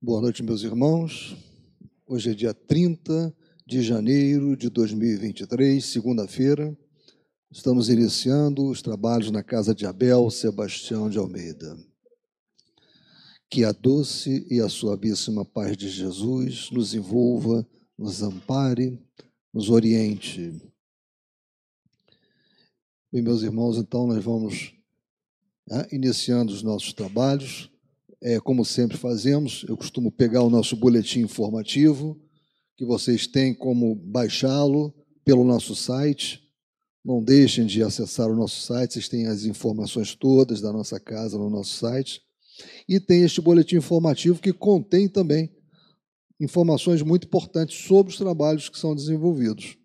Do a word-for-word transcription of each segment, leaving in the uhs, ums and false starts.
Boa noite, meus irmãos. Hoje é dia trinta de janeiro de dois mil e vinte e três, segunda-feira. Estamos iniciando os trabalhos na casa de Abel Sebastião de Almeida. Que a doce e a suavíssima paz de Jesus nos envolva, nos ampare, nos oriente. Bem, meus irmãos, então nós vamos né, iniciando os nossos trabalhos. É, como sempre fazemos, eu costumo pegar o nosso boletim informativo, que vocês têm como baixá-lo pelo nosso site. Não deixem de acessar o nosso site, vocês têm as informações todas da nossa casa no nosso site. E tem este boletim informativo que contém também informações muito importantes sobre os trabalhos que são desenvolvidos.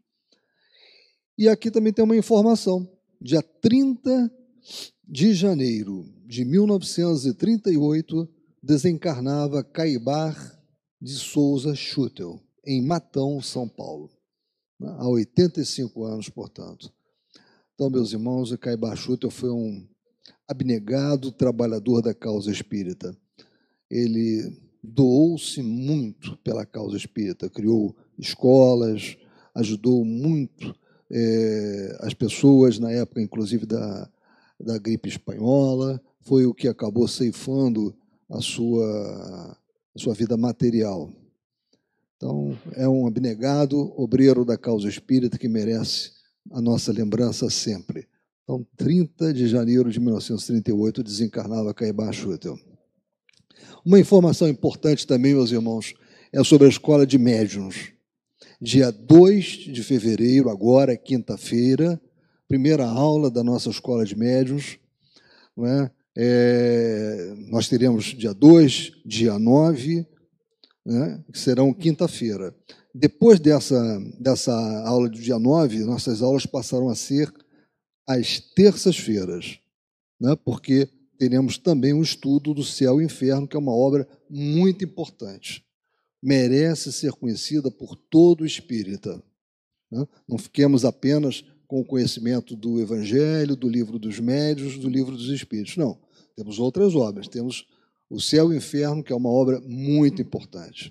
E aqui também tem uma informação. Dia trinta de janeiro de mil novecentos e trinta e oito, desencarnava Caibar de Souza Schutel, em Matão, São Paulo, né? Há oitenta e cinco anos, portanto. Então, meus irmãos, o Caibar Schutel foi um abnegado trabalhador da causa espírita. Ele doou-se muito pela causa espírita, criou escolas, ajudou muito é, as pessoas, na época, inclusive, da, da gripe espanhola, foi o que acabou ceifando a sua, a sua vida material. Então, é um abnegado obreiro da causa espírita que merece a nossa lembrança sempre. Então, trinta de janeiro de mil novecentos e trinta e oito, desencarnava Caibar Schutel. Uma informação importante também, meus irmãos, é sobre a Escola de Médiuns. Dia dois de fevereiro, agora, quinta-feira, primeira aula da nossa Escola de Médiuns, não é? É, nós teremos dia dois, dia nove, né, que serão quinta-feira. Depois dessa, dessa aula do dia nove, nossas aulas passaram a ser às terças-feiras, né, porque teremos também um estudo do Céu e Inferno, que é uma obra muito importante. Merece ser conhecida por todo espírita. Né? Não fiquemos apenas com o conhecimento do Evangelho, do Livro dos Médiuns, do Livro dos Espíritos. Não. Temos outras obras, temos o Céu e o Inferno, que é uma obra muito importante.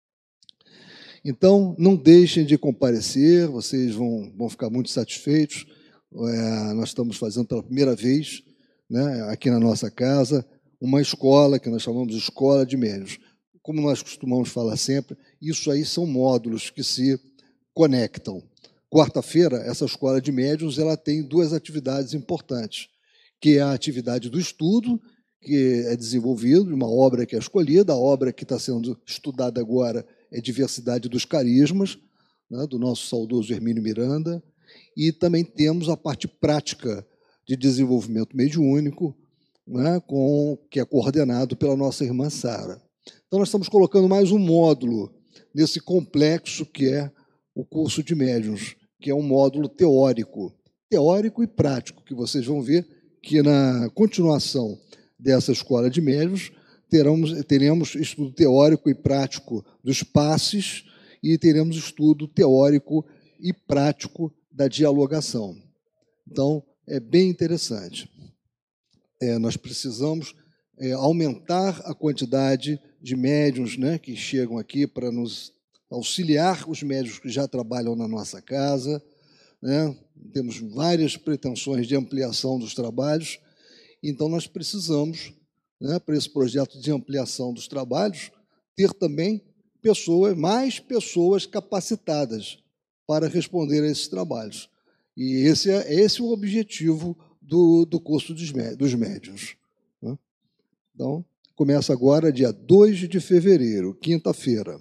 Então, não deixem de comparecer, vocês vão, vão ficar muito satisfeitos. É, nós estamos fazendo pela primeira vez, né, aqui na nossa casa, uma escola, que nós chamamos de Escola de Médiuns. Como nós costumamos falar sempre, isso aí são módulos que se conectam. Quarta-feira, essa Escola de Médiuns ela tem duas atividades importantes, que é a atividade do estudo, que é desenvolvido, uma obra que é escolhida, a obra que está sendo estudada agora é Diversidade dos Carismas, né, do nosso saudoso Hermínio Miranda, e também temos a parte prática de desenvolvimento mediúnico, né, com, que é coordenado pela nossa irmã Sara. Então, nós estamos colocando mais um módulo nesse complexo que é o curso de médiuns, que é um módulo teórico, teórico e prático, que vocês vão ver que na continuação dessa escola de médiuns teremos, teremos estudo teórico e prático dos passes e teremos estudo teórico e prático da dialogação. Então, é bem interessante. É, nós precisamos é, aumentar a quantidade de médiuns, né, que chegam aqui para nos auxiliar os médiuns que já trabalham na nossa casa, né? Temos várias pretensões de ampliação dos trabalhos, então nós precisamos, né, para esse projeto de ampliação dos trabalhos, ter também pessoas, mais pessoas capacitadas para responder a esses trabalhos. E esse é, esse é o objetivo do, do curso dos, dos médiuns. Né? Então, começa agora, dia dois de fevereiro, quinta-feira.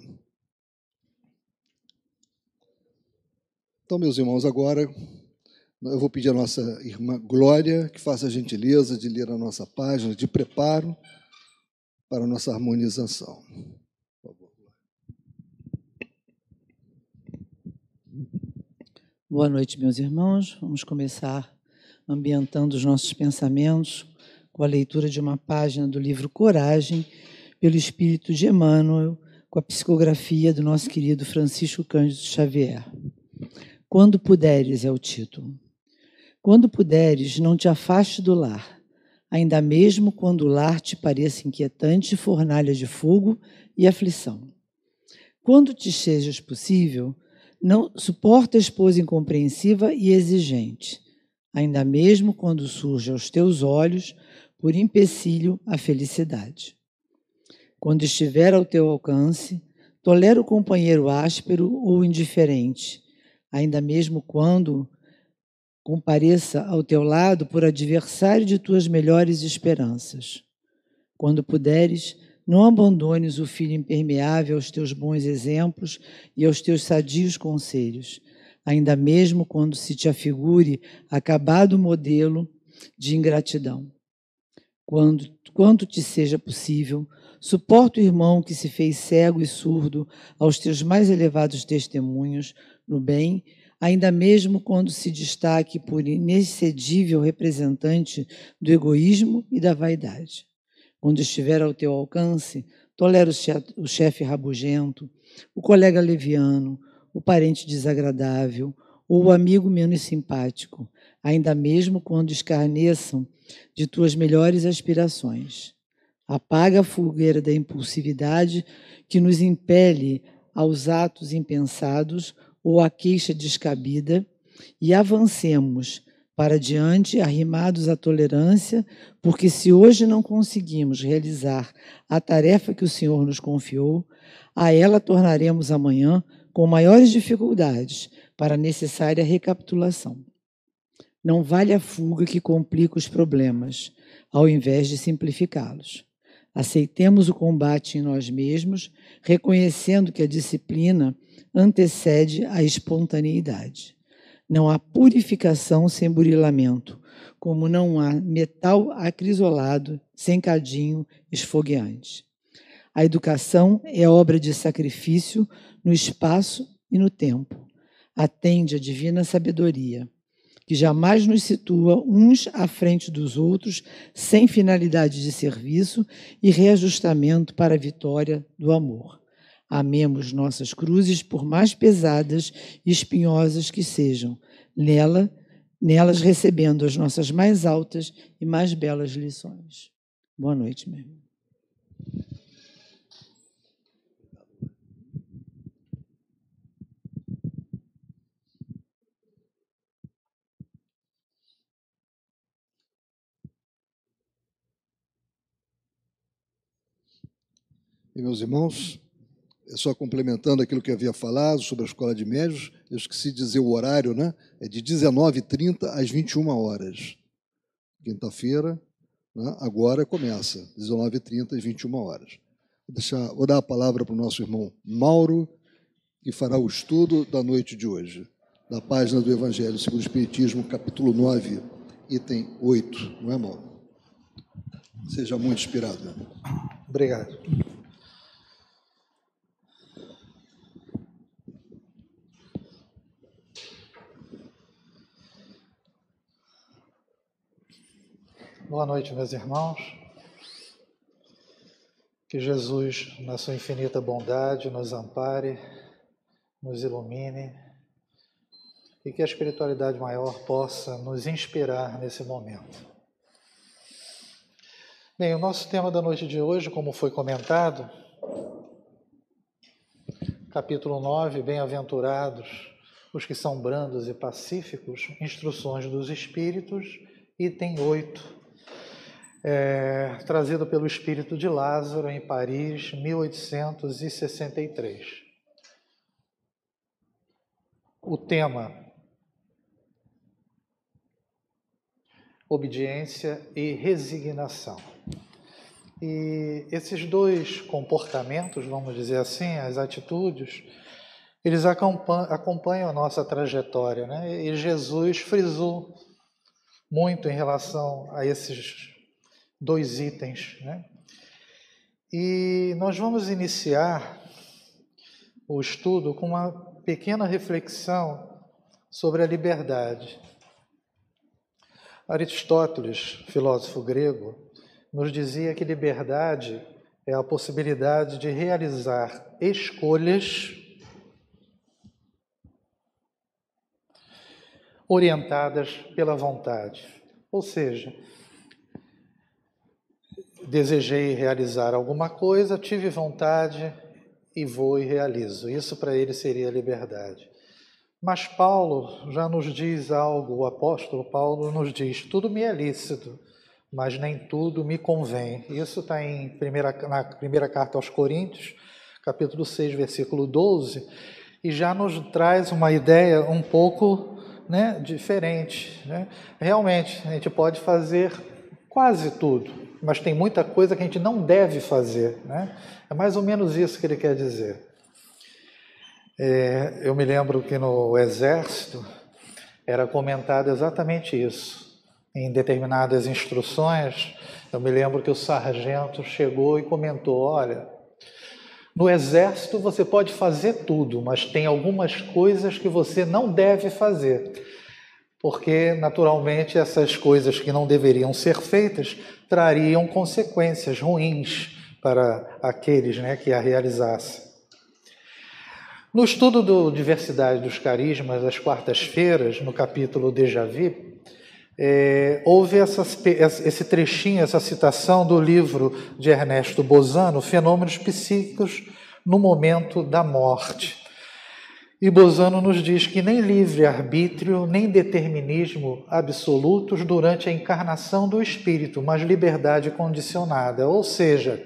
Então, meus irmãos, agora eu vou pedir à nossa irmã Glória que faça a gentileza de ler a nossa página de preparo para a nossa harmonização. Por favor. Boa noite, meus irmãos. Vamos começar ambientando os nossos pensamentos com a leitura de uma página do livro Coragem, pelo Espírito de Emmanuel, com a psicografia do nosso querido Francisco Cândido Xavier. Quando puderes é o título. Quando puderes, não te afastes do lar. ainda mesmo quando o lar te pareça inquietante, fornalha de fogo e aflição. Quando te sejas possível, não suporta a esposa incompreensiva e exigente, ainda mesmo quando surge aos teus olhos, por empecilho, a felicidade. Quando estiver ao teu alcance, tolera o companheiro áspero ou indiferente, ainda mesmo quando compareça ao teu lado por adversário de tuas melhores esperanças. Quando puderes, não abandones o filho impermeável aos teus bons exemplos e aos teus sadios conselhos, ainda mesmo quando se te afigure acabado modelo de ingratidão. Quando, quanto te seja possível, suporta o irmão que se fez cego e surdo aos teus mais elevados testemunhos no bem, ainda mesmo quando se destaque por inexcedível representante do egoísmo e da vaidade. Quando estiver ao teu alcance, tolera o chefe rabugento, o colega leviano, o parente desagradável ou o amigo menos simpático, ainda mesmo quando escarneçam de tuas melhores aspirações. Apaga a fogueira da impulsividade que nos impele aos atos impensados ou à queixa descabida e avancemos para diante, arrimados à tolerância, porque se hoje não conseguimos realizar a tarefa que o Senhor nos confiou, a ela tornaremos amanhã com maiores dificuldades para a necessária recapitulação. Não vale a fuga que complica os problemas, ao invés de simplificá-los. Aceitemos o combate em nós mesmos, reconhecendo que a disciplina antecede a espontaneidade. Não há purificação sem burilamento, como não há metal acrisolado sem cadinho esfogueante. A educação é obra de sacrifício no espaço e no tempo. Atende à divina sabedoria, que jamais nos situa uns à frente dos outros, sem finalidade de serviço e reajustamento para a vitória do amor. Amemos nossas cruzes, por mais pesadas e espinhosas que sejam, nela, nelas recebendo as nossas mais altas e mais belas lições. Boa noite, meu irmão. E, meus irmãos, é só complementando aquilo que eu havia falado sobre a Escola de Médios, eu esqueci de dizer o horário, né? É de dezenove e trinta às vinte e uma horas. Quinta-feira, né? Agora começa, dezenove e trinta às vinte e uma horas. Vou, deixar, vou dar a palavra para o nosso irmão Mauro, que fará o estudo da noite de hoje, da página do Evangelho segundo o Espiritismo, capítulo nove, item oito. Não é, Mauro? Seja muito inspirado. Obrigado. Boa noite, meus irmãos. Que Jesus, na sua infinita bondade, nos ampare, nos ilumine e que a espiritualidade maior possa nos inspirar nesse momento. Bem, o nosso tema da noite de hoje, como foi comentado, capítulo nove, Bem-aventurados os que são brandos e pacíficos, Instruções dos Espíritos, item oito. É, trazido pelo espírito de Lázaro em Paris, mil oitocentos e sessenta e três. O tema: obediência e resignação. E esses dois comportamentos, vamos dizer assim, as atitudes, eles acompanham a nossa trajetória, né? E Jesus frisou muito em relação a esses dois itens, né? E nós vamos iniciar o estudo com uma pequena reflexão sobre a liberdade. Aristóteles, filósofo grego, nos dizia que liberdade é a possibilidade de realizar escolhas orientadas pela vontade. Ou seja, desejei realizar alguma coisa, tive vontade e vou e realizo. Isso para ele seria liberdade. Mas Paulo já nos diz algo, o apóstolo Paulo nos diz: tudo me é lícito, mas nem tudo me convém. Isso está em primeira, na primeira carta aos Coríntios, capítulo seis, versículo doze, e já nos traz uma ideia um pouco, né, diferente. Né? Realmente, a gente pode fazer quase tudo, mas tem muita coisa que a gente não deve fazer. Né? É mais ou menos isso que ele quer dizer. É, eu me lembro que no Exército era comentado exatamente isso. Em determinadas instruções, eu me lembro que o sargento chegou e comentou: olha, no Exército você pode fazer tudo, mas tem algumas coisas que você não deve fazer, porque naturalmente essas coisas que não deveriam ser feitas trariam consequências ruins para aqueles, né, que a realizassem. No estudo do Diversidade dos Carismas, às quartas-feiras, no capítulo Déjà Vu, é, houve essa, esse trechinho, essa citação do livro de Ernesto Bozano, Fenômenos Psíquicos no Momento da Morte. E Bozano nos diz que nem livre-arbítrio, nem determinismo absolutos durante a encarnação do espírito, mas liberdade condicionada, ou seja,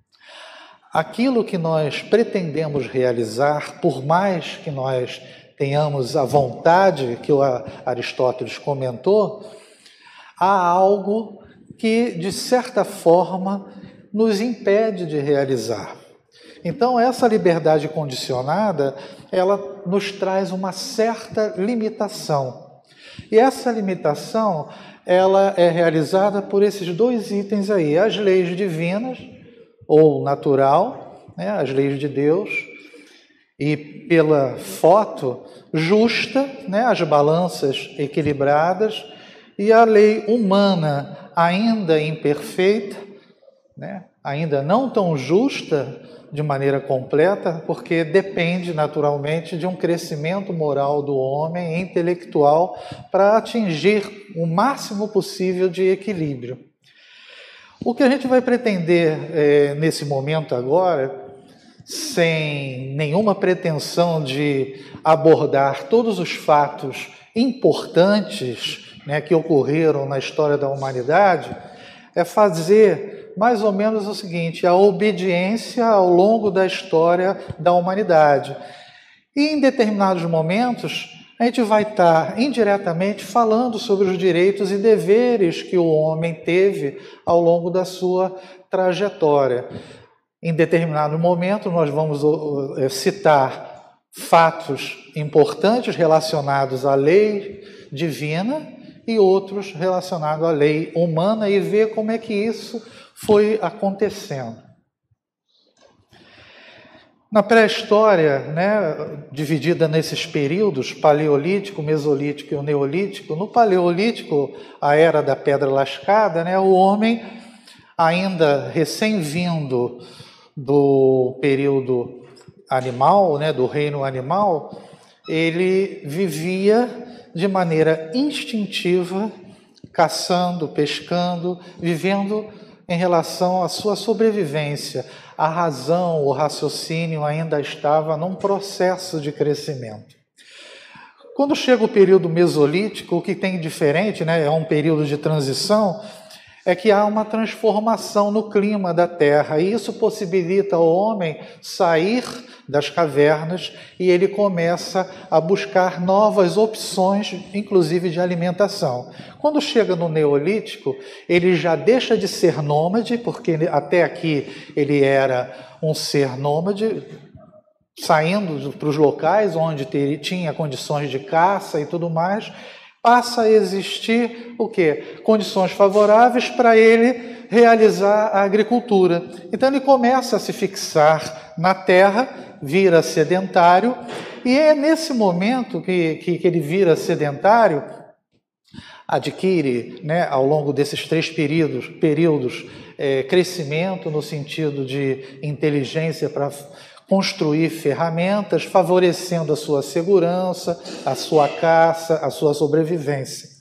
aquilo que nós pretendemos realizar, por mais que nós tenhamos a vontade, que o Aristóteles comentou, há algo que, de certa forma, nos impede de realizar. Então, essa liberdade condicionada, ela nos traz uma certa limitação. E essa limitação, ela é realizada por esses dois itens aí, as leis divinas, ou natural, né, as leis de Deus, e pela foto justa, né, as balanças equilibradas, e a lei humana ainda imperfeita, né, ainda não tão justa de maneira completa, porque depende naturalmente de um crescimento moral do homem, intelectual, para atingir o máximo possível de equilíbrio. O que a gente vai pretender é, nesse momento agora, sem nenhuma pretensão de abordar todos os fatos importantes, né, que ocorreram na história da humanidade, é fazer mais ou menos o seguinte: a obediência ao longo da história da humanidade. E em determinados momentos, a gente vai estar indiretamente falando sobre os direitos e deveres que o homem teve ao longo da sua trajetória. Em determinado momento, nós vamos citar fatos importantes relacionados à lei divina e outros relacionados à lei humana e ver como é que isso foi acontecendo. Na pré-história, né, dividida nesses períodos, paleolítico, mesolítico e neolítico, no paleolítico, a era da pedra lascada, né, o homem, ainda recém-vindo do período animal, né, do reino animal, ele vivia de maneira instintiva, caçando, pescando, vivendo em relação à sua sobrevivência. A razão, o raciocínio ainda estava num processo de crescimento. Quando chega o período mesolítico, o que tem diferente, né, é um período de transição, é que há uma transformação no clima da Terra, e isso possibilita ao homem sair das cavernas e ele começa a buscar novas opções, inclusive de alimentação. Quando chega no Neolítico, ele já deixa de ser nômade, porque até aqui ele era um ser nômade, saindo para os locais onde tinha condições de caça e tudo mais, passa a existir o quê? Condições favoráveis para ele realizar a agricultura. Então ele começa a se fixar na terra, vira sedentário, e é nesse momento que, que, que ele vira sedentário, adquire, né, ao longo desses três períodos, períodos é, crescimento no sentido de inteligência para construir ferramentas, favorecendo a sua segurança, a sua caça, a sua sobrevivência.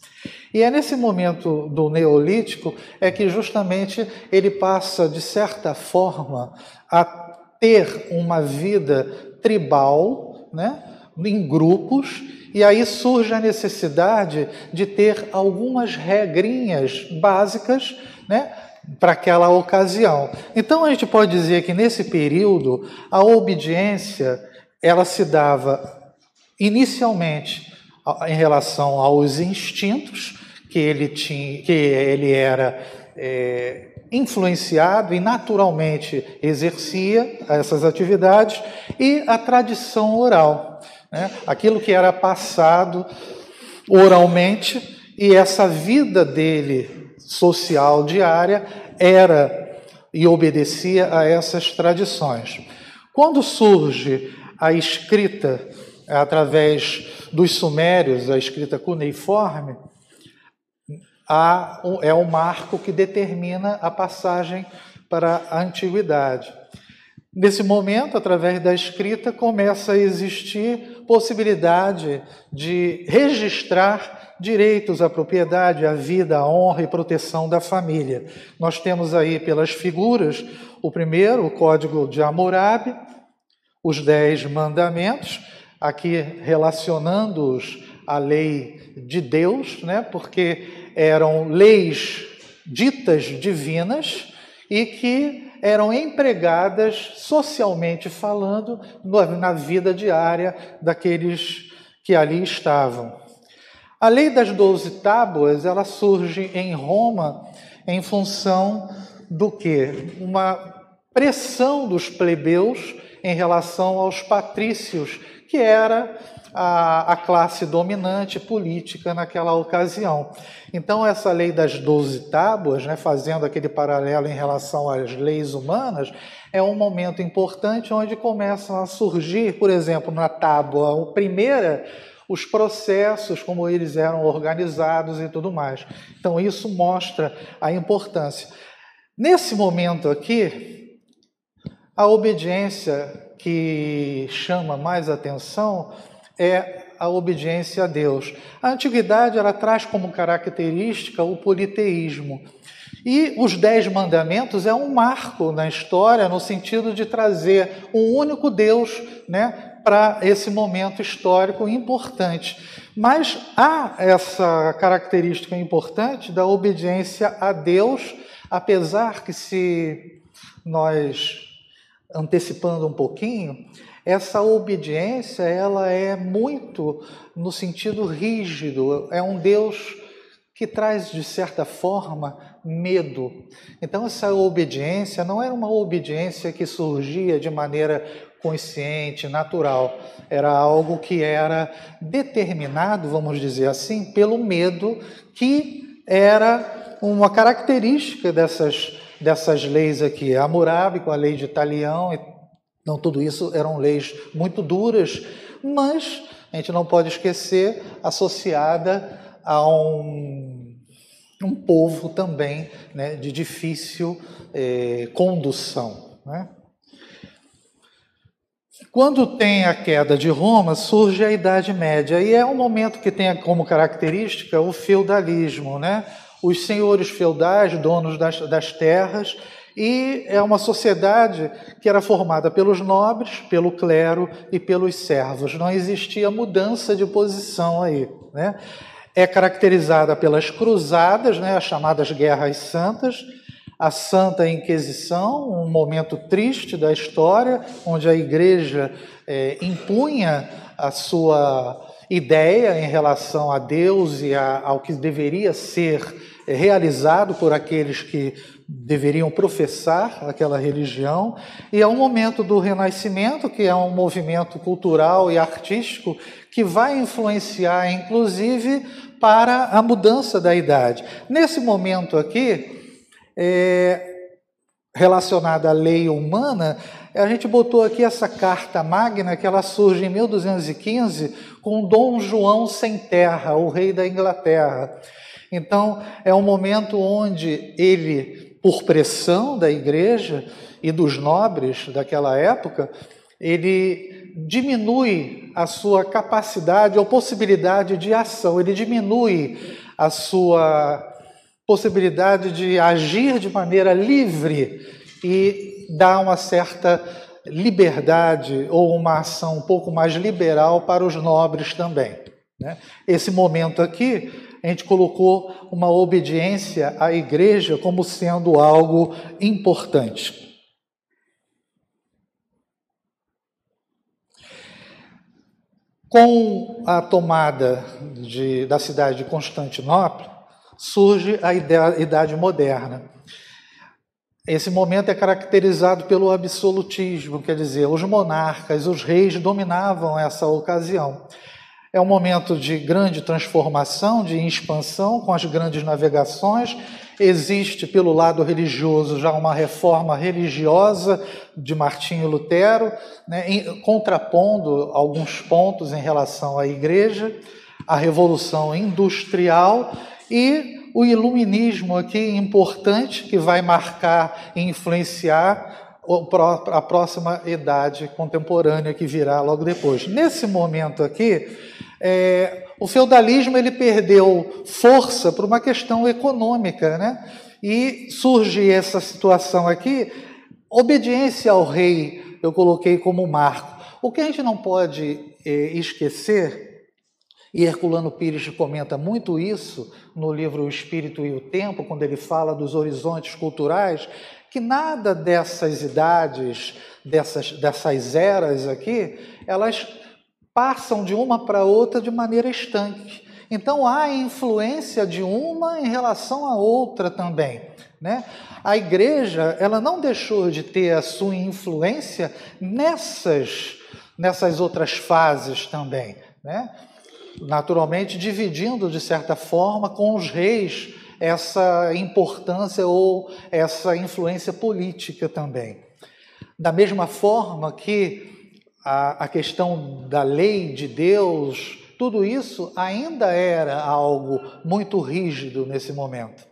E é nesse momento do Neolítico é que justamente ele passa, de certa forma, a ter uma vida tribal, né, em grupos, e aí surge a necessidade de ter algumas regrinhas básicas, né, para aquela ocasião. Então a gente pode dizer que nesse período a obediência ela se dava inicialmente em relação aos instintos que ele tinha, que ele era é, influenciado e naturalmente exercia essas atividades, e a tradição oral, né? Aquilo que era passado oralmente, e essa vida dele social diária era e obedecia a essas tradições. Quando surge a escrita através dos sumérios, a escrita cuneiforme, há, é o marco que determina a passagem para a antiguidade. Nesse momento, através da escrita, começa a existir possibilidade de registrar direitos à propriedade, à vida, à honra e proteção da família. Nós temos aí pelas figuras, o primeiro, o Código de Hammurabi, os Dez Mandamentos, aqui relacionando-os à lei de Deus, né? Porque eram leis ditas divinas e que eram empregadas, socialmente falando, na vida diária daqueles que ali estavam. A lei das doze tábuas, ela surge em Roma em função do quê? Uma pressão dos plebeus em relação aos patrícios, que era a, a classe dominante política naquela ocasião. Então, essa lei das doze tábuas, né, fazendo aquele paralelo em relação às leis humanas, é um momento importante onde começam a surgir, por exemplo, na tábua primeira, os processos, como eles eram organizados e tudo mais. Então, isso mostra a importância. Nesse momento aqui, a obediência que chama mais atenção é a obediência a Deus. A antiguidade ela traz como característica o politeísmo. E os Dez Mandamentos é um marco na história no sentido de trazer um único Deus, né, para esse momento histórico importante. Mas há essa característica importante da obediência a Deus, apesar que, se nós antecipando um pouquinho, essa obediência ela é muito no sentido rígido, é um Deus que traz, de certa forma, medo. Então, essa obediência não era uma obediência que surgia de maneira consciente, natural. Era algo que era determinado, vamos dizer assim, pelo medo, que era uma característica dessas, dessas leis aqui. Hammurabi, com a lei de Talião, então tudo isso eram leis muito duras, mas a gente não pode esquecer, associada a um, um povo também, né, de difícil eh, condução, né? Quando tem a queda de Roma, surge a Idade Média, e é um momento que tem como característica o feudalismo, né? Os senhores feudais, donos das, das terras, e é uma sociedade que era formada pelos nobres, pelo clero e pelos servos. Não existia mudança de posição aí, né? É caracterizada pelas cruzadas, né, as chamadas Guerras Santas, a Santa Inquisição, um momento triste da história, onde a Igreja é, impunha a sua ideia em relação a Deus e a, ao que deveria ser é, realizado por aqueles que deveriam professar aquela religião. E é um momento do Renascimento, que é um movimento cultural e artístico que vai influenciar, inclusive, para a mudança da idade. Nesse momento aqui, É, relacionada à lei humana, a gente botou aqui essa carta magna, que ela surge em mil duzentos e quinze com Dom João Sem Terra, o rei da Inglaterra. Então, é um momento onde ele, por pressão da igreja e dos nobres daquela época, ele diminui a sua capacidade ou possibilidade de ação, ele diminui a sua possibilidade de agir de maneira livre e dar uma certa liberdade ou uma ação um pouco mais liberal para os nobres também, né? Esse momento aqui, a gente colocou uma obediência à igreja como sendo algo importante. Com a tomada de, da cidade de Constantinopla, surge a Idade Moderna. Esse momento é caracterizado pelo absolutismo, quer dizer, os monarcas, os reis dominavam essa ocasião. É um momento de grande transformação, de expansão, com as grandes navegações. Existe, pelo lado religioso, já uma reforma religiosa de Martinho Lutero, né, em, contrapondo alguns pontos em relação à igreja, a Revolução Industrial e o Iluminismo aqui importante, que vai marcar e influenciar a próxima idade contemporânea que virá logo depois. Nesse momento aqui, é, o feudalismo ele perdeu força por uma questão econômica, né? E surge essa situação aqui, obediência ao rei, eu coloquei como marco. O que a gente não pode é, esquecer, e Herculano Pires comenta muito isso no livro O Espírito e o Tempo, quando ele fala dos horizontes culturais, que nada dessas idades, dessas, dessas eras aqui, elas passam de uma para outra de maneira estanque. Então há influência de uma em relação à outra também, né? A igreja, ela não deixou de ter a sua influência nessas, nessas outras fases também, né? Naturalmente dividindo de certa forma com os reis essa importância ou essa influência política também. Da mesma forma que a, a questão da lei de Deus, tudo isso ainda era algo muito rígido nesse momento.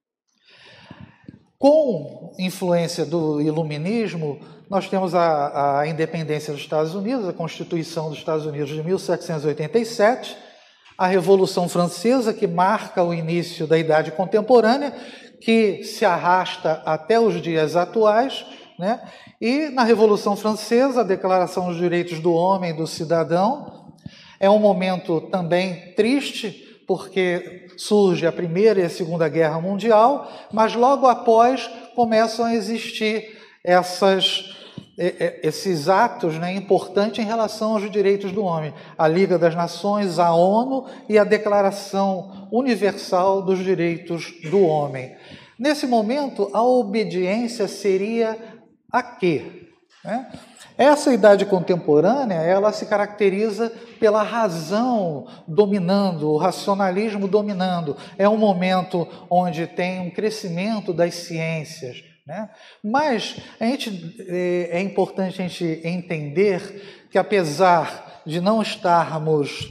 Com influência do iluminismo, nós temos a, a independência dos Estados Unidos, a Constituição dos Estados Unidos de mil setecentos e oitenta e sete, a Revolução Francesa, que marca o início da Idade Contemporânea, que se arrasta até os dias atuais, né? E na Revolução Francesa, a Declaração dos Direitos do Homem e do Cidadão, é um momento também triste, porque surge a Primeira e a Segunda Guerra Mundial, mas logo após começam a existir essas, esses atos, né, importantes em relação aos direitos do homem. A Liga das Nações, a ONU e a Declaração Universal dos Direitos do Homem. Nesse momento, a obediência seria a quê? Né? Essa idade contemporânea, ela se caracteriza pela razão dominando, o racionalismo dominando. É um momento onde tem um crescimento das ciências, né? Mas a gente, é, é importante a gente entender que, apesar de não estarmos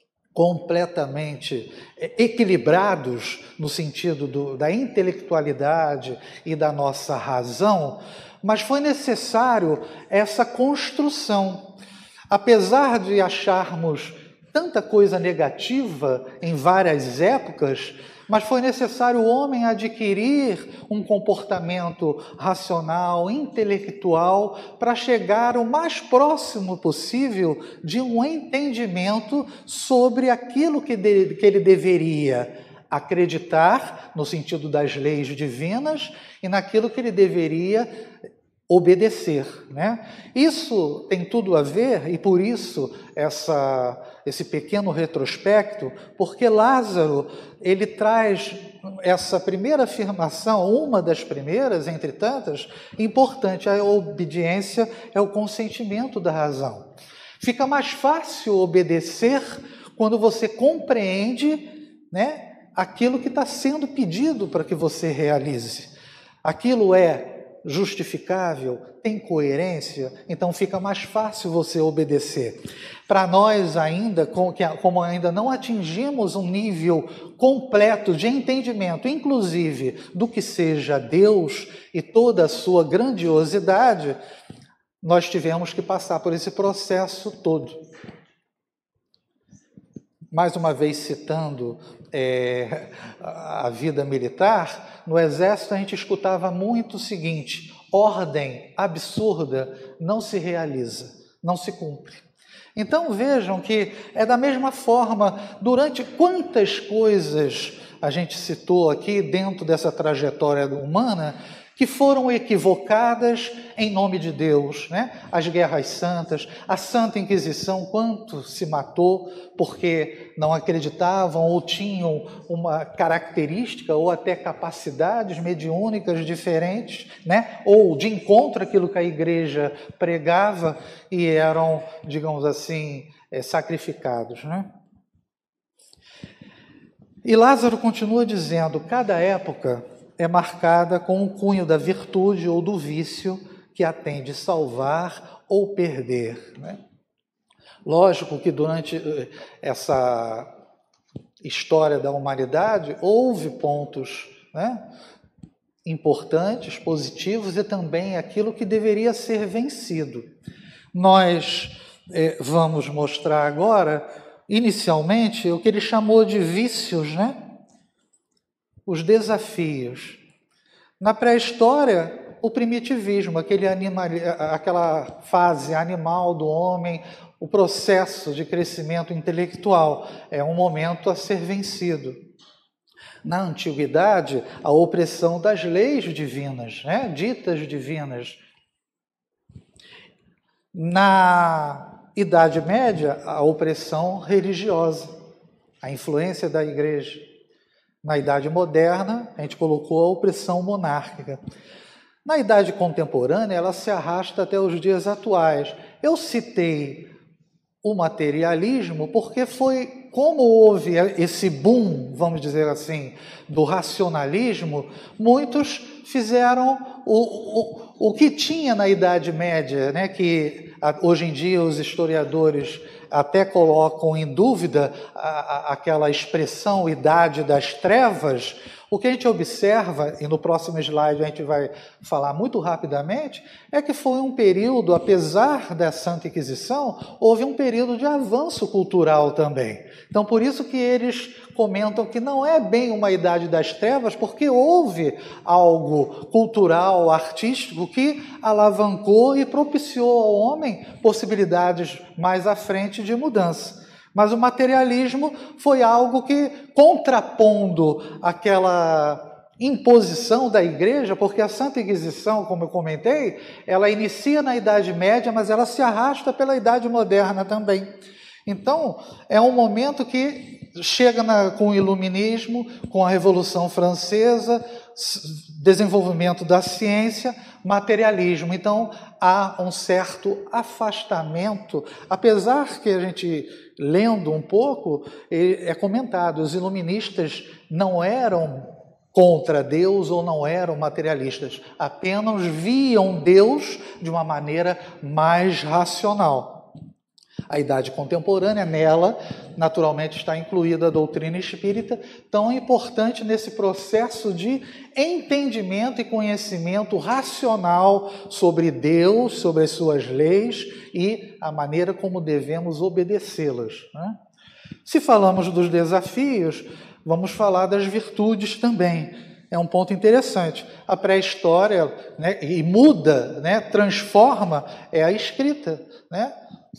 completamente equilibrados no sentido do, da intelectualidade e da nossa razão, mas foi necessário essa construção. Apesar de acharmos tanta coisa negativa em várias épocas, mas foi necessário o homem adquirir um comportamento racional, intelectual, para chegar o mais próximo possível de um entendimento sobre aquilo que, de, que ele deveria acreditar, no sentido das leis divinas, e naquilo que ele deveria obedecer, né? Isso tem tudo a ver, e por isso essa, esse pequeno retrospecto, porque Lázaro, ele traz essa primeira afirmação, uma das primeiras, entre tantas, importante. A obediência é o consentimento da razão. Fica mais fácil obedecer quando você compreende, né, aquilo que está sendo pedido para que você realize. Aquilo é justificável, tem coerência, então fica mais fácil você obedecer. Para nós ainda, como ainda não atingimos um nível completo de entendimento, inclusive do que seja Deus e toda a sua grandiosidade, nós tivemos que passar por esse processo todo. mais uma vez citando é, a vida militar, no exército a gente escutava muito o seguinte: ordem absurda não se realiza, não se cumpre. Então vejam que é da mesma forma, durante quantas coisas a gente citou aqui dentro dessa trajetória humana que foram equivocadas em nome de Deus, né? As guerras santas, a Santa Inquisição, quanto se matou porque não acreditavam ou tinham uma característica ou até capacidades mediúnicas diferentes, né? Ou de encontro àquilo que a igreja pregava e eram, digamos assim, é, sacrificados, né? E Lázaro continua dizendo: cada época é marcada com o cunho da virtude ou do vício que a tem de salvar ou perder, né? Lógico que durante essa história da humanidade houve pontos, né, importantes, positivos, e também aquilo que deveria ser vencido. Nós eh, vamos mostrar agora, inicialmente, o que ele chamou de vícios, né? Os desafios. Na pré-história, o primitivismo, aquele animal, aquela fase animal do homem, o processo de crescimento intelectual, é um momento a ser vencido. Na antiguidade, a opressão das leis divinas, né? Ditas divinas. Na Idade Média, a opressão religiosa, a influência da igreja. Na Idade Moderna, a gente colocou a opressão monárquica. Na Idade Contemporânea, ela se arrasta até os dias atuais. Eu citei o materialismo porque foi como houve esse boom, vamos dizer assim, do racionalismo, muitos fizeram o, o, o que tinha na Idade Média, né, que hoje em dia os historiadores até colocam em dúvida a, a, aquela expressão idade das trevas. O que a gente observa, e no próximo slide a gente vai falar muito rapidamente, é que foi um período, apesar da Santa Inquisição, houve um período de avanço cultural também. Então, por isso que eles comentam que não é bem uma idade das trevas, porque houve algo cultural, artístico, que alavancou e propiciou ao homem possibilidades mais à frente de mudança. Mas o materialismo foi algo que, contrapondo aquela imposição da igreja, porque a Santa Inquisição, como eu comentei, ela inicia na Idade Média, mas ela se arrasta pela Idade Moderna também. Então, é um momento que chega na, com o Iluminismo, com a Revolução Francesa, desenvolvimento da ciência, materialismo. Então, há um certo afastamento, apesar que a gente, lendo um pouco, é comentado, os iluministas não eram contra Deus ou não eram materialistas, apenas viam Deus de uma maneira mais racional. A Idade Contemporânea, nela, naturalmente, está incluída a doutrina espírita, tão importante nesse processo de entendimento e conhecimento racional sobre Deus, sobre as suas leis e a maneira como devemos obedecê-las, né? Se falamos dos desafios, vamos falar das virtudes também. É um ponto interessante. A pré-história, né, e muda, né, transforma, é a escrita, né?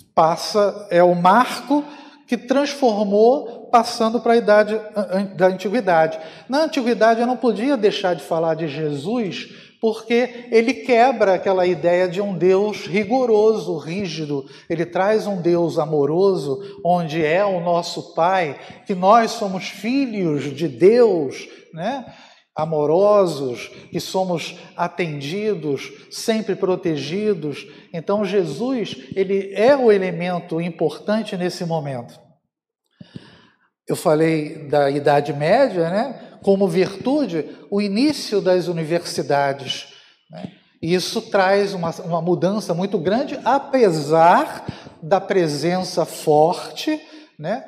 Passa, é o marco que transformou, passando para a idade da antiguidade. Na antiguidade eu não podia deixar de falar de Jesus, porque ele quebra aquela ideia de um Deus rigoroso, rígido. Ele traz um Deus amoroso, onde é o nosso Pai, que nós somos filhos de Deus, né? Amorosos, que somos atendidos, sempre protegidos. Então Jesus, ele é o elemento importante nesse momento. Eu falei da Idade Média, né? Como virtude, o início das universidades, né? Isso traz uma, uma mudança muito grande, apesar da presença forte, né?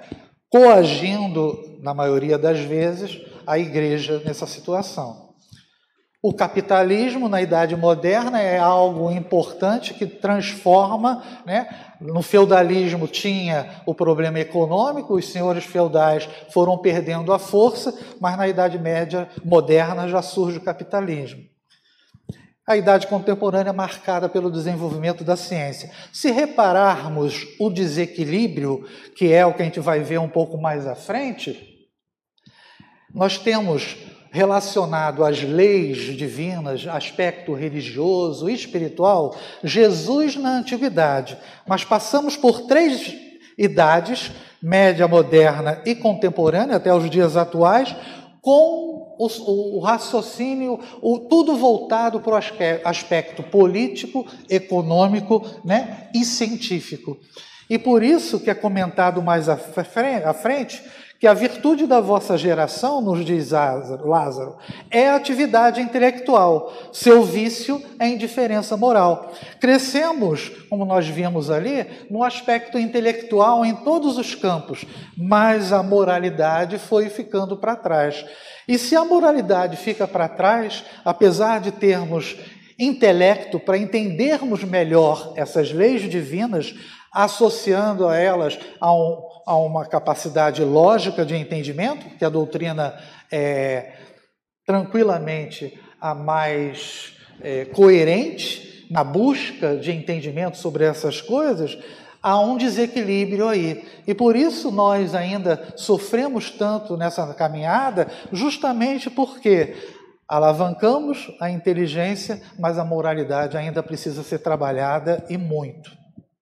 Coagindo, na maioria das vezes, a igreja nessa situação. O capitalismo, na Idade Moderna, é algo importante que transforma, né? No feudalismo tinha o problema econômico, os senhores feudais foram perdendo a força, mas na Idade Média Moderna já surge o capitalismo. A Idade Contemporânea é marcada pelo desenvolvimento da ciência. Se repararmos o desequilíbrio, que é o que a gente vai ver um pouco mais à frente, nós temos relacionado às leis divinas, aspecto religioso e espiritual, Jesus na antiguidade. Mas passamos por três idades, média, moderna e contemporânea, até os dias atuais, com o, o raciocínio, o, tudo voltado para o aspecto político, econômico, né, e científico. E por isso que é comentado mais à frente, que a virtude da vossa geração, nos diz Lázaro, é a atividade intelectual, seu vício é a indiferença moral. Crescemos, como nós vimos ali, no aspecto intelectual em todos os campos, mas a moralidade foi ficando para trás. E se a moralidade fica para trás, apesar de termos intelecto para entendermos melhor essas leis divinas, associando a elas a, um, a uma capacidade lógica de entendimento, que a doutrina é tranquilamente a mais é, coerente na busca de entendimento sobre essas coisas, há um desequilíbrio aí. E por isso nós ainda sofremos tanto nessa caminhada, justamente porque alavancamos a inteligência, mas a moralidade ainda precisa ser trabalhada e muito.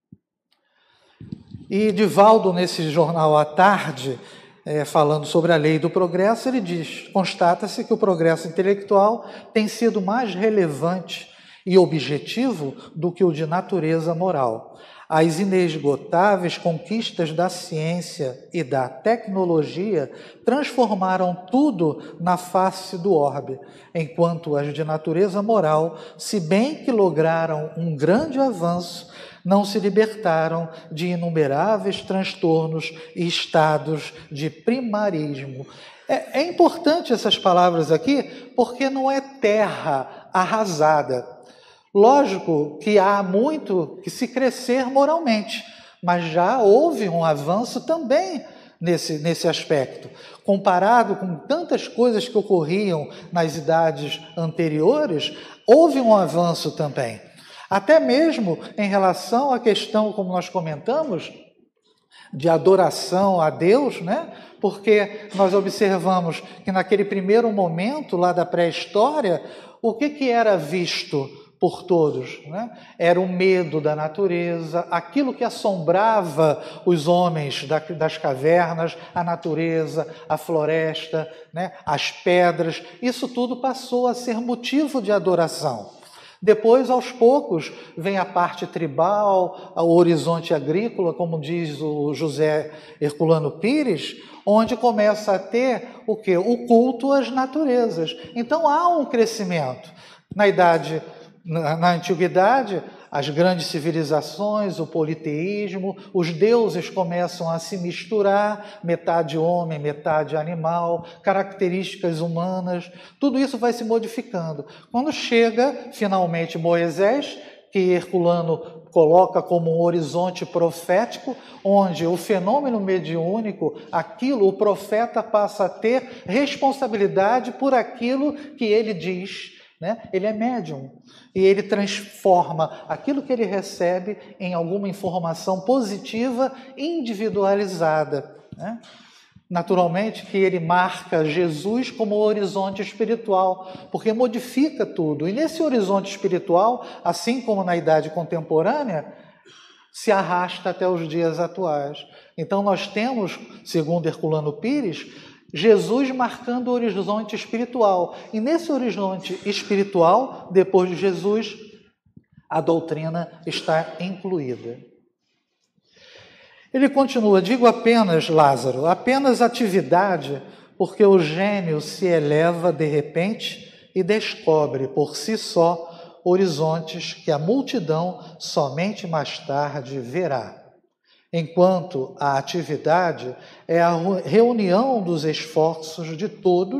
E Divaldo, nesse jornal à tarde, é, falando sobre a lei do progresso, ele diz, constata-se que o progresso intelectual tem sido mais relevante e objetivo do que o de natureza moral. As inesgotáveis conquistas da ciência e da tecnologia transformaram tudo na face do orbe, enquanto as de natureza moral, se bem que lograram um grande avanço, não se libertaram de inumeráveis transtornos e estados de primarismo. É, é importante essas palavras aqui, porque não é terra arrasada. Lógico que há muito que se crescer moralmente, mas já houve um avanço também nesse, nesse aspecto. Comparado com tantas coisas que ocorriam nas idades anteriores, houve um avanço também. Até mesmo em relação à questão, como nós comentamos, de adoração a Deus, né? Porque nós observamos que naquele primeiro momento lá da pré-história, o que, que era visto por todos, né? Era o medo da natureza, aquilo que assombrava os homens das cavernas, a natureza, a floresta, né? As pedras, isso tudo passou a ser motivo de adoração. Depois, aos poucos, vem a parte tribal, o horizonte agrícola, como diz o José Herculano Pires, onde começa a ter o quê? O culto às naturezas. Então, há um crescimento. Na idade, na, na antiguidade, as grandes civilizações, o politeísmo, os deuses começam a se misturar, metade homem, metade animal, características humanas, tudo isso vai se modificando. Quando chega, finalmente, Moisés, que Herculano coloca como um horizonte profético, onde o fenômeno mediúnico, aquilo, o profeta passa a ter responsabilidade por aquilo que ele diz, né? Ele é médium e ele transforma aquilo que ele recebe em alguma informação positiva individualizada, né? Naturalmente que ele marca Jesus como horizonte espiritual, porque modifica tudo. E nesse horizonte espiritual, assim como na idade contemporânea, se arrasta até os dias atuais. Então nós temos, segundo Herculano Pires, Jesus marcando o horizonte espiritual. E nesse horizonte espiritual, depois de Jesus, a doutrina está incluída. Ele continua, digo apenas, Lázaro, apenas atividade, porque o gênio se eleva de repente e descobre por si só horizontes que a multidão somente mais tarde verá. Enquanto a atividade é a reunião dos esforços de todos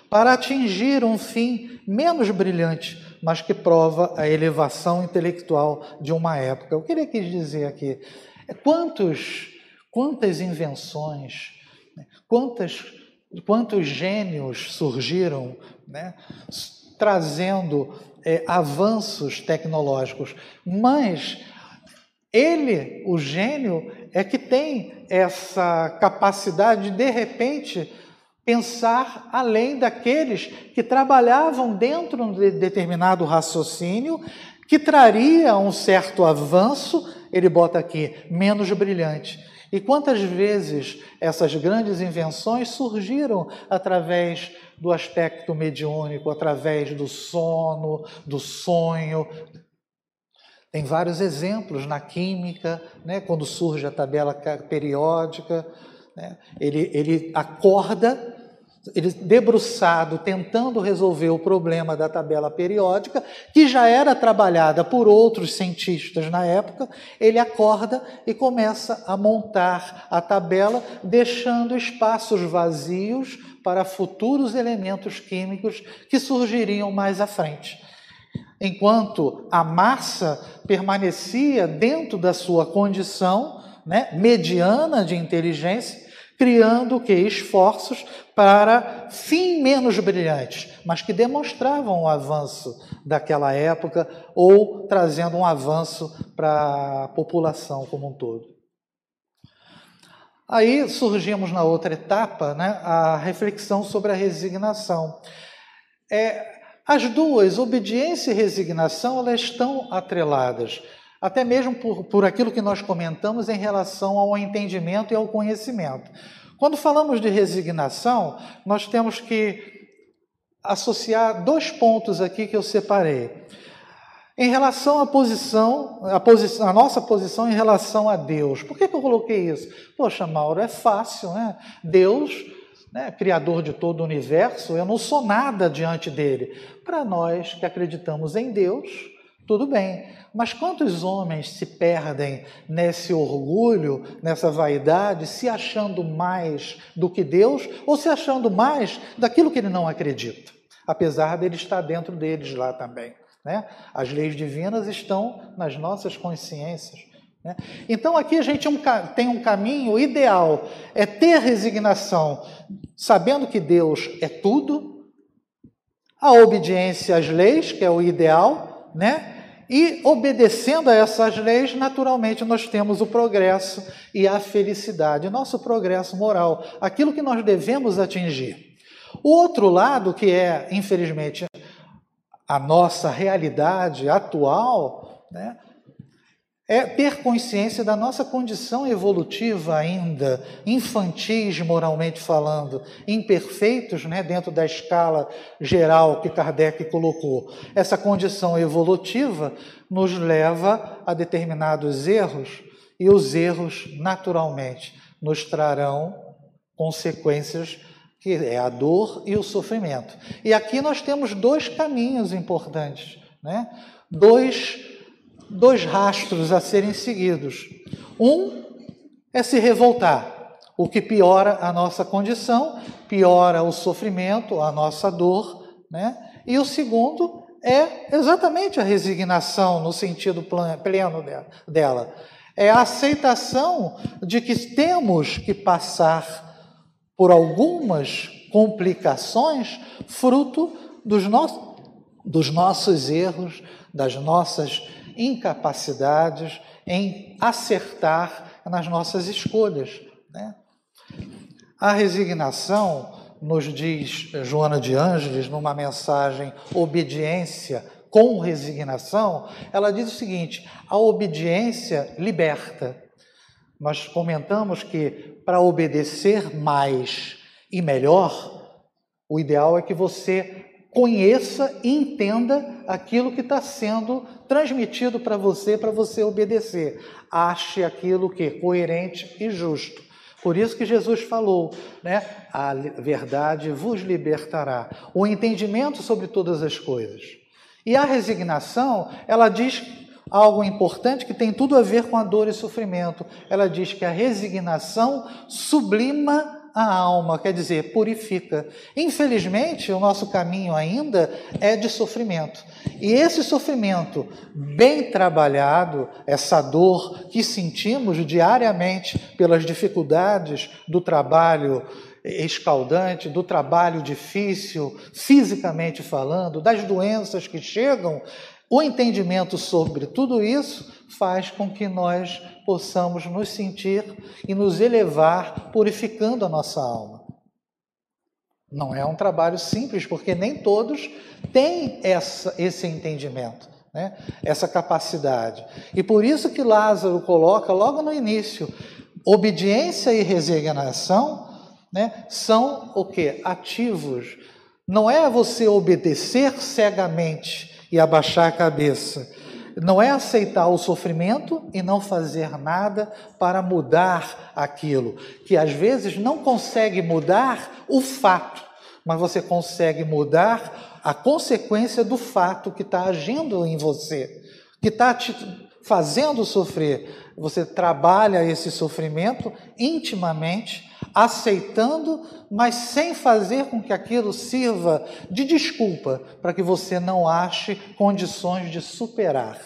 para atingir um fim menos brilhante, mas que prova a elevação intelectual de uma época. O que ele quis dizer aqui? Quantos, quantas invenções, quantas, quantos gênios surgiram, né, trazendo é, avanços tecnológicos, mas ele, o gênio, é que tem essa capacidade de, de repente, pensar além daqueles que trabalhavam dentro de determinado raciocínio, que traria um certo avanço, ele bota aqui, menos brilhante. E quantas vezes essas grandes invenções surgiram através do aspecto mediúnico, através do sono, do sonho. Tem vários exemplos na química, né, quando surge a tabela periódica, né, ele, ele acorda, ele debruçado, tentando resolver o problema da tabela periódica, que já era trabalhada por outros cientistas na época, ele acorda e começa a montar a tabela, deixando espaços vazios para futuros elementos químicos que surgiriam mais à frente. Enquanto a massa permanecia dentro da sua condição, né, mediana de inteligência, criando o quê? Esforços para fim menos brilhantes, mas que demonstravam o avanço daquela época ou trazendo um avanço para a população como um todo. Aí surgimos na outra etapa, né, a reflexão sobre a resignação. É, as duas, obediência e resignação, elas estão atreladas, até mesmo por, por aquilo que nós comentamos em relação ao entendimento e ao conhecimento. Quando falamos de resignação, nós temos que associar dois pontos aqui que eu separei. Em relação à posição, a, posi- a nossa posição em relação a Deus. Por que que eu coloquei isso? Poxa, Mauro, é fácil, né? Deus, né, criador de todo o universo, eu não sou nada diante dele. Para nós que acreditamos em Deus, tudo bem. Mas quantos homens se perdem nesse orgulho, nessa vaidade, se achando mais do que Deus ou se achando mais daquilo que ele não acredita, apesar dele estar dentro deles lá também, né? As leis divinas estão nas nossas consciências, né? Então aqui a gente tem um caminho ideal, é ter resignação, sabendo que Deus é tudo, a obediência às leis, que é o ideal, né? E obedecendo a essas leis, naturalmente nós temos o progresso e a felicidade, nosso progresso moral, aquilo que nós devemos atingir. O outro lado, que é, infelizmente, a nossa realidade atual, né, é ter consciência da nossa condição evolutiva ainda, infantis moralmente falando, imperfeitos, né, dentro da escala geral que Kardec colocou. Essa condição evolutiva nos leva a determinados erros, e os erros, naturalmente, nos trarão consequências, que é a dor e o sofrimento. E aqui nós temos dois caminhos importantes, né? Dois Dois rastros a serem seguidos. Um é se revoltar, o que piora a nossa condição, piora o sofrimento, a nossa dor, né? E o segundo é exatamente a resignação, no sentido pleno dela. É a aceitação de que temos que passar por algumas complicações fruto dos, no- dos nossos erros, das nossas incapacidades em acertar nas nossas escolhas, né? A resignação, nos diz Joana de Ângeles, numa mensagem Obediência com Resignação, ela diz o seguinte: a obediência liberta. Nós comentamos que para obedecer mais e melhor, o ideal é que você conheça e entenda aquilo que está sendo transmitido para você, para você obedecer. Ache aquilo que é coerente e justo. Por isso que Jesus falou, né? A verdade vos libertará. O entendimento sobre todas as coisas. E a resignação, ela diz algo importante que tem tudo a ver com a dor e sofrimento. Ela diz que a resignação sublima a alma, quer dizer, purifica. Infelizmente, o nosso caminho ainda é de sofrimento. E esse sofrimento bem trabalhado, essa dor que sentimos diariamente pelas dificuldades do trabalho escaldante, do trabalho difícil, fisicamente falando, das doenças que chegam, o entendimento sobre tudo isso faz com que nós possamos nos sentir e nos elevar, purificando a nossa alma. Não é um trabalho simples, porque nem todos têm essa, esse entendimento, né? Essa capacidade. E por isso que Lázaro coloca logo no início, obediência e resignação, né, são o quê? Ativos. Não é você obedecer cegamente e abaixar a cabeça. Não é aceitar o sofrimento e não fazer nada para mudar aquilo, que às vezes não consegue mudar o fato, mas você consegue mudar a consequência do fato que está agindo em você, que está te fazendo sofrer. Você trabalha esse sofrimento intimamente, aceitando, mas sem fazer com que aquilo sirva de desculpa para que você não ache condições de superar.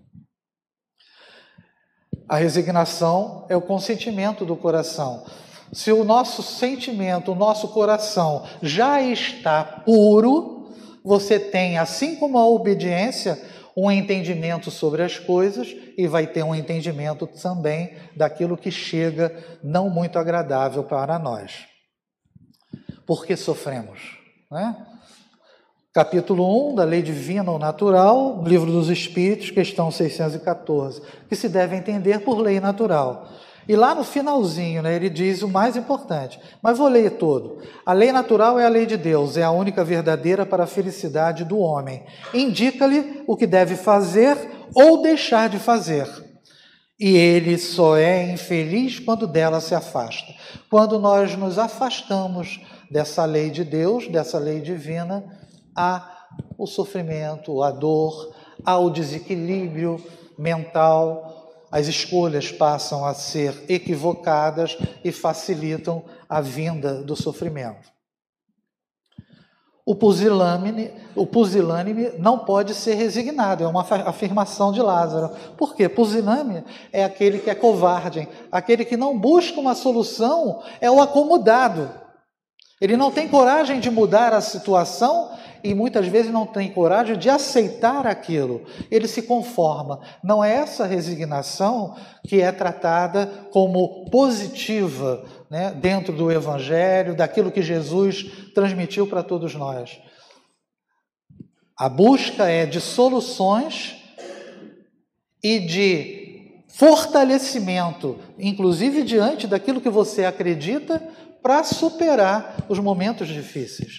A resignação é o consentimento do coração. Se o nosso sentimento, o nosso coração já está puro, você tem, assim como a obediência, um entendimento sobre as coisas e vai ter um entendimento também daquilo que chega não muito agradável para nós. Por que sofremos? Né? Capítulo um da Lei Divina ou Natural, Livro dos Espíritos, questão seiscentos e quatorze, que se deve entender por lei natural. E lá no finalzinho, né, ele diz o mais importante, mas vou ler todo. A lei natural é a lei de Deus, é a única verdadeira para a felicidade do homem. Indica-lhe o que deve fazer ou deixar de fazer. E ele só é infeliz quando dela se afasta. Quando nós nos afastamos dessa lei de Deus, dessa lei divina, há o sofrimento, a dor, há o desequilíbrio mental. As escolhas passam a ser equivocadas e facilitam a vinda do sofrimento. O pusilânime, o pusilânime não pode ser resignado, é uma afirmação de Lázaro. Por quê? Pusilânime é aquele que é covarde, aquele que não busca uma solução, é o acomodado. Ele não tem coragem de mudar a situação e muitas vezes não tem coragem de aceitar aquilo. Ele se conforma. Não é essa resignação que é tratada como positiva, né, dentro do Evangelho, daquilo que Jesus transmitiu para todos nós. A busca é de soluções e de fortalecimento, inclusive diante daquilo que você acredita, para superar os momentos difíceis.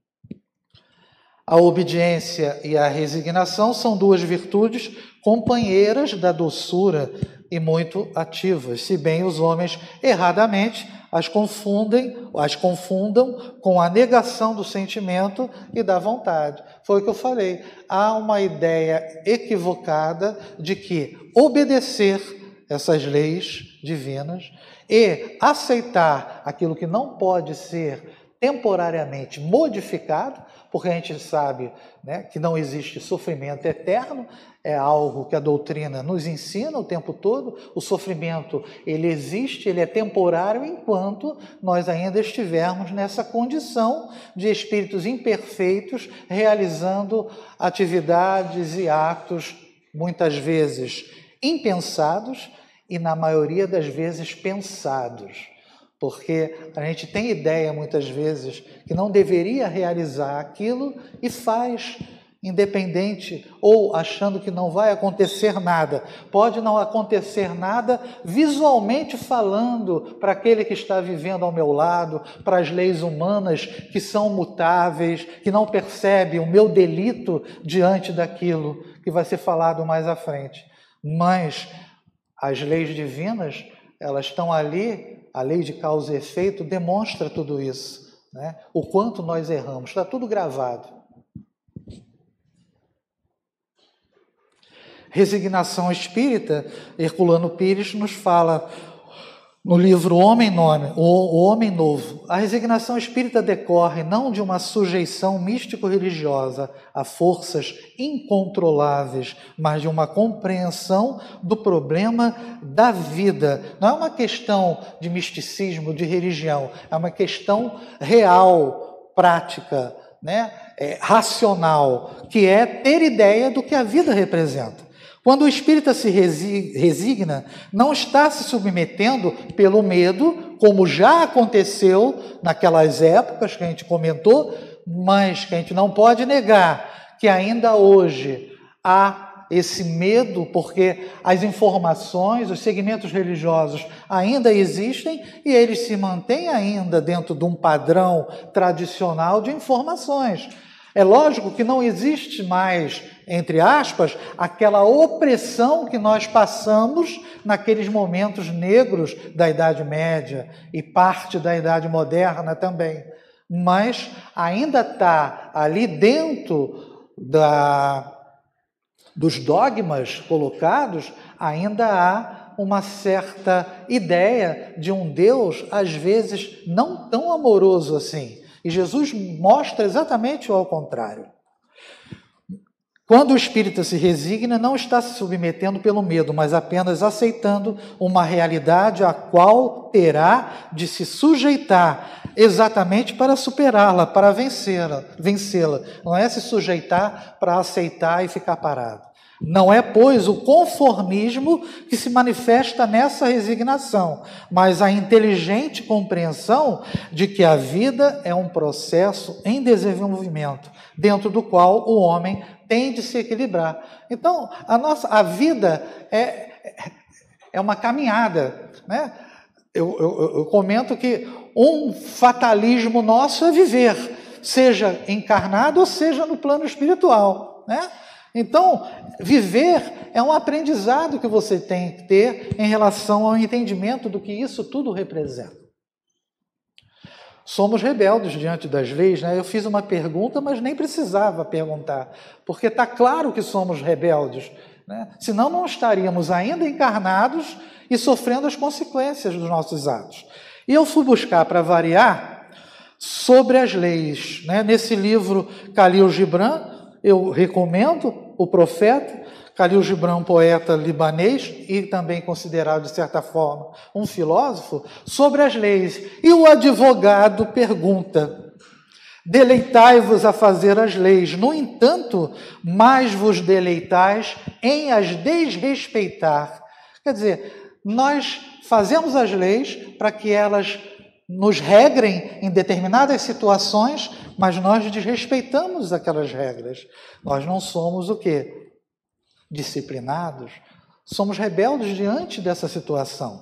A obediência e a resignação são duas virtudes companheiras da doçura e muito ativas, se bem os homens erradamente as confundem, as confundam com a negação do sentimento e da vontade. Foi o que eu falei. Há uma ideia equivocada de que obedecer essas leis divinas e aceitar aquilo que não pode ser temporariamente modificado, porque a gente sabe, né, que não existe sofrimento eterno, é algo que a doutrina nos ensina o tempo todo. O sofrimento, ele existe, ele é temporário enquanto nós ainda estivermos nessa condição de espíritos imperfeitos, realizando atividades e atos, muitas vezes impensados e, na maioria das vezes, pensados. Porque a gente tem ideia, muitas vezes, que não deveria realizar aquilo e faz, independente, ou achando que não vai acontecer nada. Pode não acontecer nada visualmente falando para aquele que está vivendo ao meu lado, para as leis humanas que são mutáveis, que não percebe o meu delito diante daquilo que vai ser falado mais à frente. Mas as leis divinas, elas estão ali. A lei de causa e efeito demonstra tudo isso, né? O quanto nós erramos, está tudo gravado. Resignação espírita, Herculano Pires nos fala: no livro Homem, Nome, o Homem Novo, a resignação espírita decorre não de uma sujeição místico-religiosa a forças incontroláveis, mas de uma compreensão do problema da vida. Não é uma questão de misticismo, de religião, é uma questão real, prática, né? É, racional, que é ter ideia do que a vida representa. Quando o espírita se resigna, não está se submetendo pelo medo, como já aconteceu naquelas épocas que a gente comentou, mas que a gente não pode negar que ainda hoje há esse medo, porque as informações, os segmentos religiosos ainda existem e eles se mantêm ainda dentro de um padrão tradicional de informações. É lógico que não existe mais, entre aspas, aquela opressão que nós passamos naqueles momentos negros da Idade Média e parte da Idade Moderna também. Mas ainda está ali dentro da, dos dogmas colocados, ainda há uma certa ideia de um Deus, às vezes, não tão amoroso assim. E Jesus mostra exatamente o ao contrário. Quando o espírita se resigna, não está se submetendo pelo medo, mas apenas aceitando uma realidade a qual terá de se sujeitar, exatamente para superá-la, para vencê-la, vencê-la. Não é se sujeitar para aceitar e ficar parado. Não é, pois, o conformismo que se manifesta nessa resignação, mas a inteligente compreensão de que a vida é um processo em desenvolvimento, dentro do qual o homem tem de se equilibrar. Então, a nossa a vida é, é uma caminhada, né? Eu, eu, eu comento que um fatalismo nosso é viver, seja encarnado ou seja no plano espiritual, né? Então, viver é um aprendizado que você tem que ter em relação ao entendimento do que isso tudo representa. Somos rebeldes diante das leis, né? Eu fiz uma pergunta, mas nem precisava perguntar, porque está claro que somos rebeldes, né? Senão não estaríamos ainda encarnados e sofrendo as consequências dos nossos atos. E eu fui buscar, para variar, sobre as leis, né? Nesse livro Khalil Gibran, eu recomendo o profeta, Khalil Gibran, um poeta libanês e também considerado, de certa forma, um filósofo, sobre as leis. E o advogado pergunta: deleitai-vos a fazer as leis, no entanto, mais vos deleitais em as desrespeitar. Quer dizer, nós fazemos as leis para que elas nos regrem em determinadas situações, mas nós desrespeitamos aquelas regras. Nós não somos o quê? Disciplinados. Somos rebeldes diante dessa situação.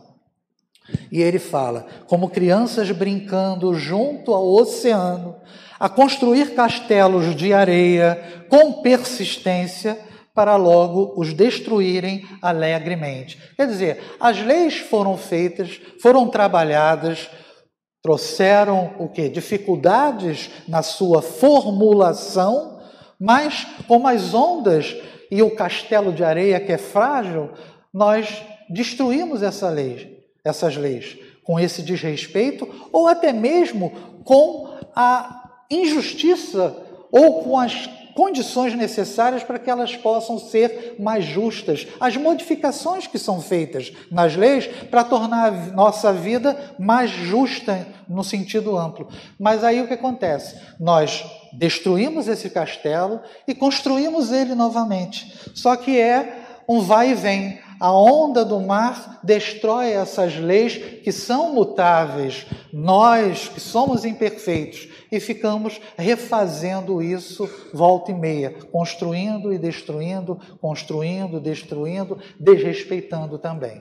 E ele fala, como crianças brincando junto ao oceano, a construir castelos de areia com persistência para logo os destruírem alegremente. Quer dizer, as leis foram feitas, foram trabalhadas, trouxeram o quê? Dificuldades na sua formulação, mas como as ondas e o castelo de areia que é frágil, nós destruímos essa lei, essas leis com esse desrespeito ou até mesmo com a injustiça ou com as condições necessárias para que elas possam ser mais justas. As modificações que são feitas nas leis para tornar a nossa vida mais justa no sentido amplo. Mas aí o que acontece? Nós destruímos esse castelo e construímos ele novamente. Só que é um vai e vem. A onda do mar destrói essas leis que são mutáveis. Nós, que somos imperfeitos, e ficamos refazendo isso volta e meia, construindo e destruindo, construindo, destruindo, desrespeitando também.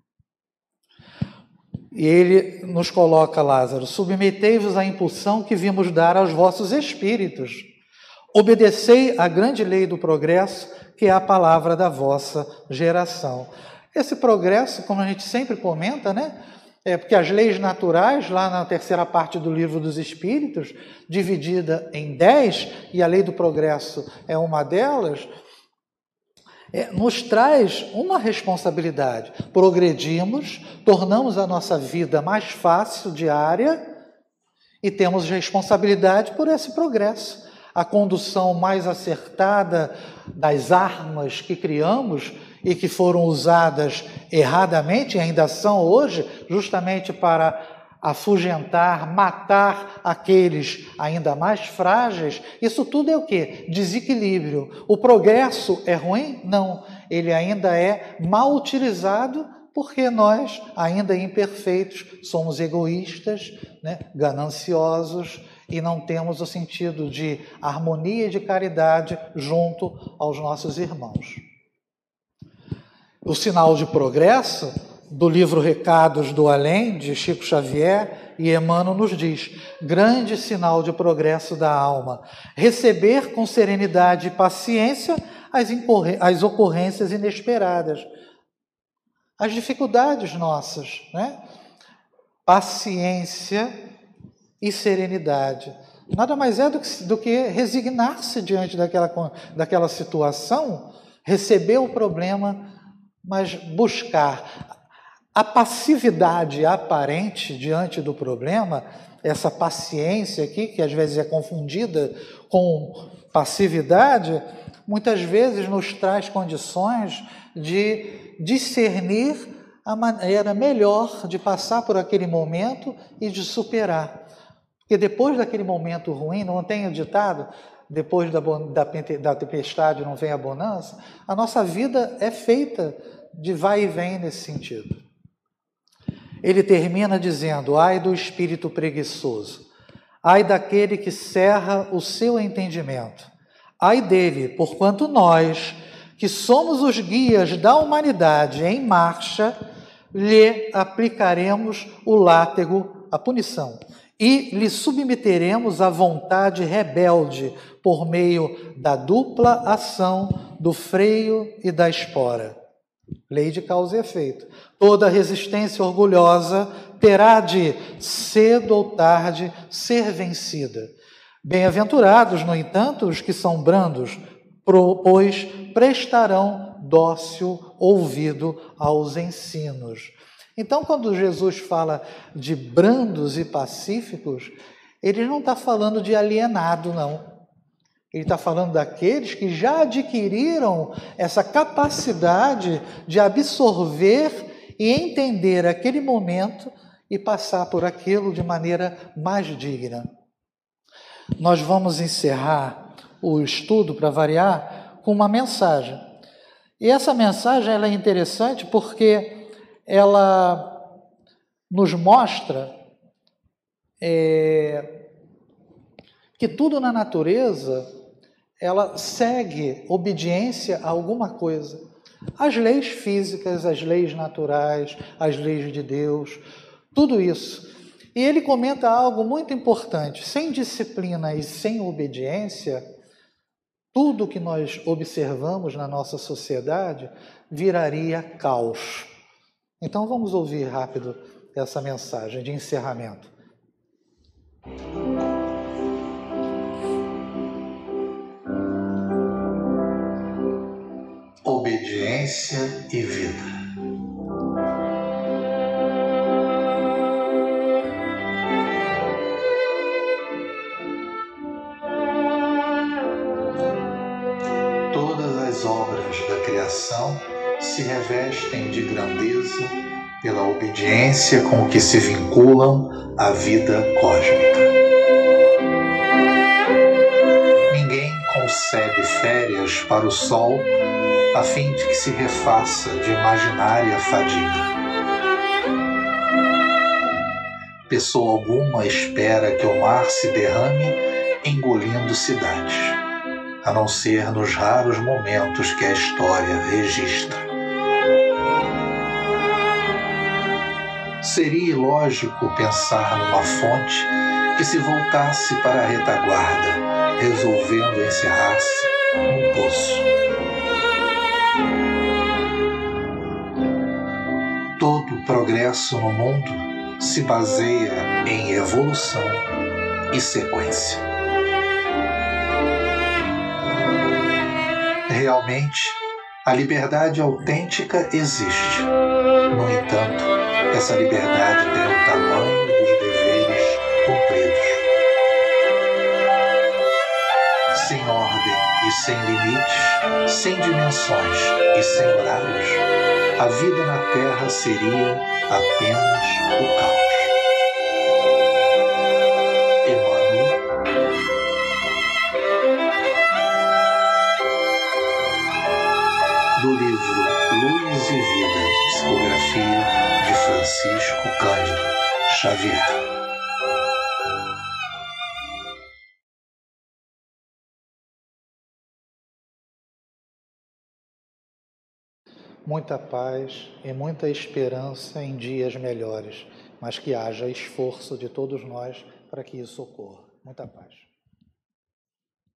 E ele nos coloca, Lázaro, submetei-vos à impulsão que vimos dar aos vossos espíritos. Obedecei à grande lei do progresso, que é a palavra da vossa geração. Esse progresso, como a gente sempre comenta, né? É porque as leis naturais, lá na terceira parte do Livro dos Espíritos, dividida em dez, e a lei do progresso é uma delas, é, nos traz uma responsabilidade. Progredimos, tornamos a nossa vida mais fácil, diária, e temos responsabilidade por esse progresso. A condução mais acertada das armas que criamos e que foram usadas erradamente, e ainda são hoje, justamente para afugentar, matar aqueles ainda mais frágeis. Isso tudo é o quê? Desequilíbrio. O progresso é ruim? Não. Ele ainda é mal utilizado porque nós, ainda imperfeitos, somos egoístas, né, gananciosos, e não temos o sentido de harmonia e de caridade junto aos nossos irmãos. O sinal de progresso do livro Recados do Além, de Chico Xavier, e Emmanuel nos diz: grande sinal de progresso da alma, receber com serenidade e paciência as, as ocorrências inesperadas, as dificuldades nossas, né? Paciência e serenidade. Nada mais é do que, do que resignar-se diante daquela, daquela situação, receber o problema, mas buscar. A passividade aparente diante do problema, essa paciência aqui, que às vezes é confundida com passividade, muitas vezes nos traz condições de discernir a maneira melhor de passar por aquele momento e de superar. Porque depois daquele momento ruim, não tem o ditado, depois da, da, da tempestade não vem a bonança? A nossa vida é feita de vai e vem nesse sentido. Ele termina dizendo: ai do espírito preguiçoso, ai daquele que cerra o seu entendimento, ai dele, porquanto nós, que somos os guias da humanidade em marcha, lhe aplicaremos o látego, a punição, e lhe submeteremos a vontade rebelde por meio da dupla ação do freio e da espora. Lei de causa e efeito. Toda resistência orgulhosa terá de, cedo ou tarde, ser vencida. Bem-aventurados, no entanto, os que são brandos, pois prestarão dócil ouvido aos ensinos. Então, quando Jesus fala de brandos e pacíficos, ele não está falando de alienado, não. Ele está falando daqueles que já adquiriram essa capacidade de absorver e entender aquele momento e passar por aquilo de maneira mais digna. Nós vamos encerrar o estudo, para variar, com uma mensagem. E essa mensagem ela é interessante porque ela nos mostra é, que tudo na natureza ela segue obediência a alguma coisa. As leis físicas, as leis naturais, as leis de Deus, tudo isso. E ele comenta algo muito importante: sem disciplina e sem obediência, tudo que nós observamos na nossa sociedade viraria caos. Então vamos ouvir rápido essa mensagem de encerramento. Obediência e vida. Todas as obras da criação se revestem de grandeza pela obediência com que se vinculam à vida cósmica. Ninguém concebe férias para o sol a fim de que se refaça de imaginária fadiga. Pessoa alguma espera que o mar se derrame engolindo cidades, a não ser nos raros momentos que a história registra. Seria ilógico pensar numa fonte que se voltasse para a retaguarda, resolvendo encerrar-se num poço. Todo progresso no mundo se baseia em evolução e sequência. Realmente, A liberdade autêntica existe. No entanto, essa liberdade tem o tamanho dos deveres cumpridos. Sem ordem e sem limites, sem dimensões e sem horários, a vida na Terra seria apenas o caos. Emmanuel. Do livro Luz e Vida, psicografia de Francisco Cândido Xavier. Muita paz e muita esperança em dias melhores, mas que haja esforço de todos nós para que isso ocorra. Muita paz.